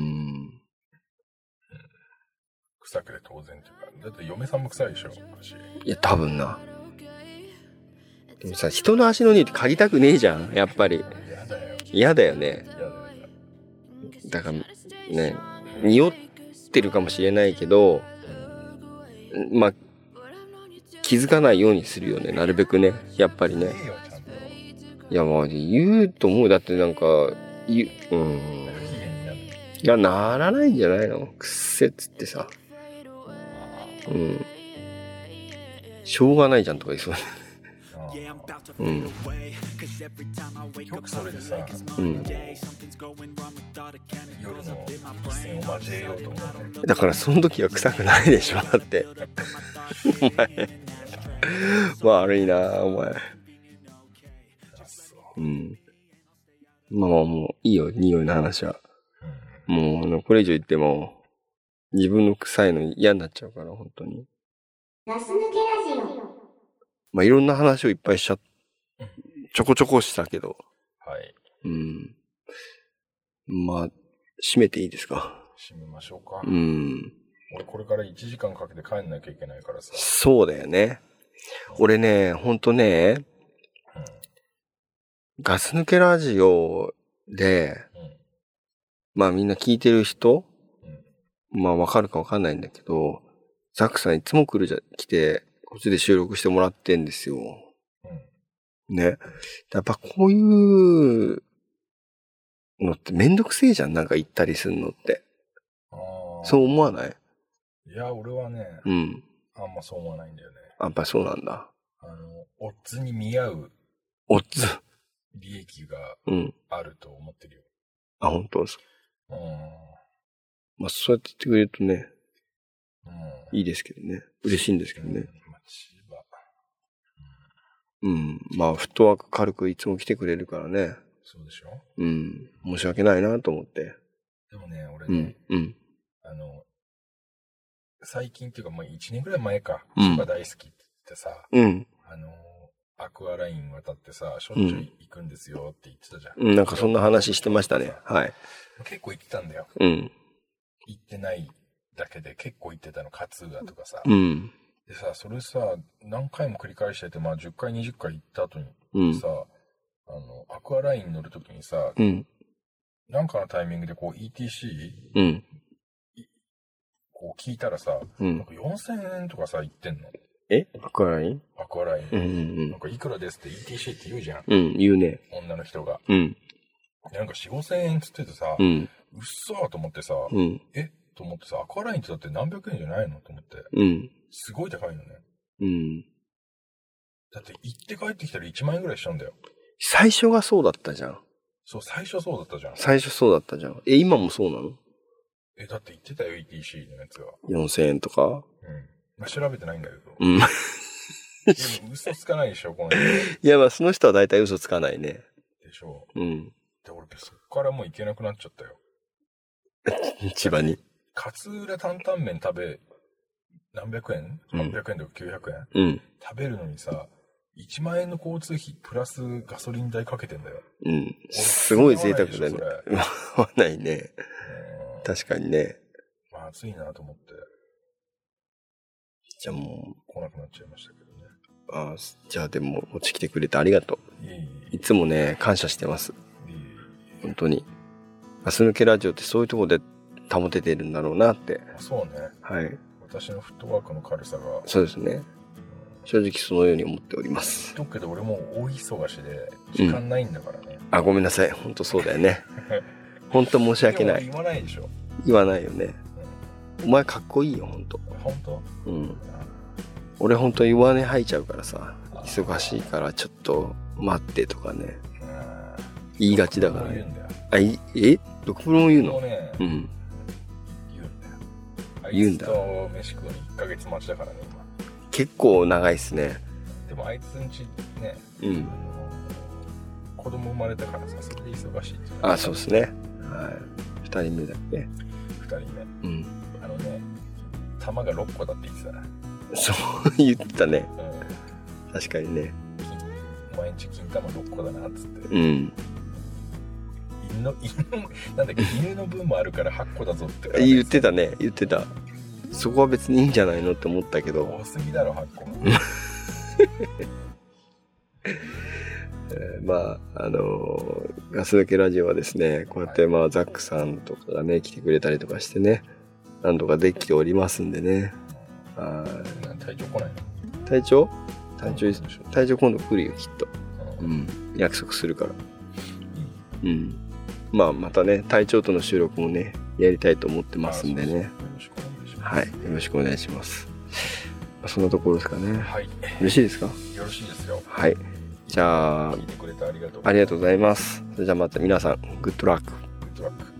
臭くて当然っていうか。だって嫁さんも臭いでしょ、足。 いや、多分な。でもさ、人の足の匂いって嗅ぎたくねえじゃん、やっぱり。 嫌だよ。 嫌だよね。 嫌だよ。 だから、ね、匂ってるかもしれないけど、うん、まあ、気づかないようにするよね、なるべくね。やっぱりね。いや、まあ、言うと思う。だってなんか、言う、うん。いや、ならないんじゃないの？くっせっつってさ。うん。しょうがないじゃんとか言いそう。うん。 よくそれでさ、 うん。 夜の一線を交えようと思うね。 だからその時は臭くないでしょ、だって。お前。悪いな、お前。うん。まあまあもういいよ、匂いの話は。うん、もうあの、これ以上言っても、自分の臭いの嫌になっちゃうから、本当に。ガス抜けラジオ。まあいろんな話をいっぱいしちゃ、ちょこちょこしたけど。 はい。 うん。まあ、閉めていいですか？ 閉めましょうか。 うん。 俺これからいちじかんかけて帰んなきゃいけないからさ。 そうだよね。俺ね、ほんとね、うん、ガス抜けラジオで、うん、まあみんな聞いてる人、うん、まあわかるかわかんないんだけど、ザックさんいつも来るじゃ、来て、こっちで収録してもらってんですよ。うん、ね。やっぱこういうのってめんどくせえじゃん、なんか行ったりするのって。 あそう思わない？ いや、俺はね、 うん。 あんまそう思わないんだよね。 やっぱそうなんだ。 あの、オッズに見合う。 オッズ利益があると思ってるよ。 うん、あ、本当ですか。 うん。 まあ、そうやって言ってくれるとね、 うん、 いいですけどね。嬉しいんですけどね。 うん、まあ、千葉。 うん。うん。まあ、フットワーク軽くいつも来てくれるからね。 そうでしょ？ うん。申し訳ないなと思って。 でもね、俺ね、 うん。うん。 あの、最近っていうか、まあ、いちねんぐらい前か、千葉大好きって言ってさ、うん。あの、アクアライン渡ってさ、しょっちゅう行くんですよって言ってたじゃん。 うん、なんかそんな話してましたね。はい。 結構行ってたんだよ。 うん。 行ってないだけで結構行ってたの、勝浦とかさ。 うん。 でさ、それさ、何回も繰り返してて、まあじゅっかい、にじゅっかい行った後にさ、うん、あの、アクアライン乗るときにさ、うん、なんかのタイミングでこう イーティーシー、うん、こう聞いたらさ、うん、なんかよんせんえんとかさ、言ってんの。えアクアラインアクアライン。うんうんうん。なんかいくらですって イーティーシー って言うじゃん。うん、言うね。女の人が。うん。なんかよん、ごせんえんつっててさ、うん。うっそーと思ってさ、うん。えと思ってさ、アクアラインってだって何百円じゃないのと思って。うん。すごい高いのね。うん。だって行って帰ってきたらいちまんえんぐらいしちゃうんだよ。最初がそうだったじゃん。そう、最初そうだったじゃん。最初そうだったじゃん。え、今もそうなの？え、だって言ってたよ、イーティーシー のやつが。よんせんえんとか？うん。まあ、調べてないんだけど。うん。でも嘘つかないでしょ、この人。いや、まあ、その人は大体嘘つかないね。でしょう。うん。で、俺、そっからもう行けなくなっちゃったよ。千葉に。勝浦担々麺食べ、何百円？ はっぴゃく 円とかきゅうひゃくえん？うん。食べるのにさ、いちまんえんの交通費プラスガソリン代かけてんだよ。うん。すごい贅沢だね。合わないね。確かにね。まあ、暑いなと思って。じゃあもう。来なくなっちゃいましたけどね。ああ、じゃあでも、こっち来てくれてありがとう。いえいえ。いつもね、感謝してます。いえいえ。本当に。ガス抜けラジオってそういうところで保ててるんだろうなって。そうね。はい。私のフットワークの軽さが。そうですね。正直そのように思っております。だけど俺も大忙しで時間ないんだからね。うん、あ、ごめんなさい。本当そうだよね。本当申し訳ない。言わないでしょ。言わないよね。うん、お前かっこいいよ、本当。本当？うん。俺本当弱音吐いちゃうからさ、忙しいからちょっと待ってとかね。言いがちだからね。あ、いえ？ドクプロも言うの？ね、うん。言うんだよ。言うんだ。あいつと飯食うのいっかげつ待ちだからね、今。結構長いっすね。でもあいつんちね、うん。子供生まれたからさ、それで忙しいっていう。あ、そうですね。はい。二人目だっけ？二人目。うん。あのね、玉がろっこだって言ってたね。そう言ってたね。うん。確かにね。毎日金玉ろっこだなっつって。うん。犬の、犬の、なんだっけ、犬の分もあるからはっこだぞって。言ってたね、言ってた。そこは別にいいんじゃないのって思ったけど。多すぎだろ、はっこ。えー、まあ、あのー、ガス抜けラジオはですね、こうやってまあ、ザックさんとかがね、来てくれたりとかしてね、なんとかできておりますんでね。はい。体調来ないの？体調？体調、体調今度来るよ、きっと。うん。約束するから。うん。まあ、またね、隊長との収録もね、やりたいと思ってますんでね。はい。よろしくお願いします。そんなところですかね。はい。よろしいですか？よろしいですよ。はい。じゃあ、聞いてくれてありがとう。ありがとうございます。それじゃあまた皆さん、グッドラック。グッドラック。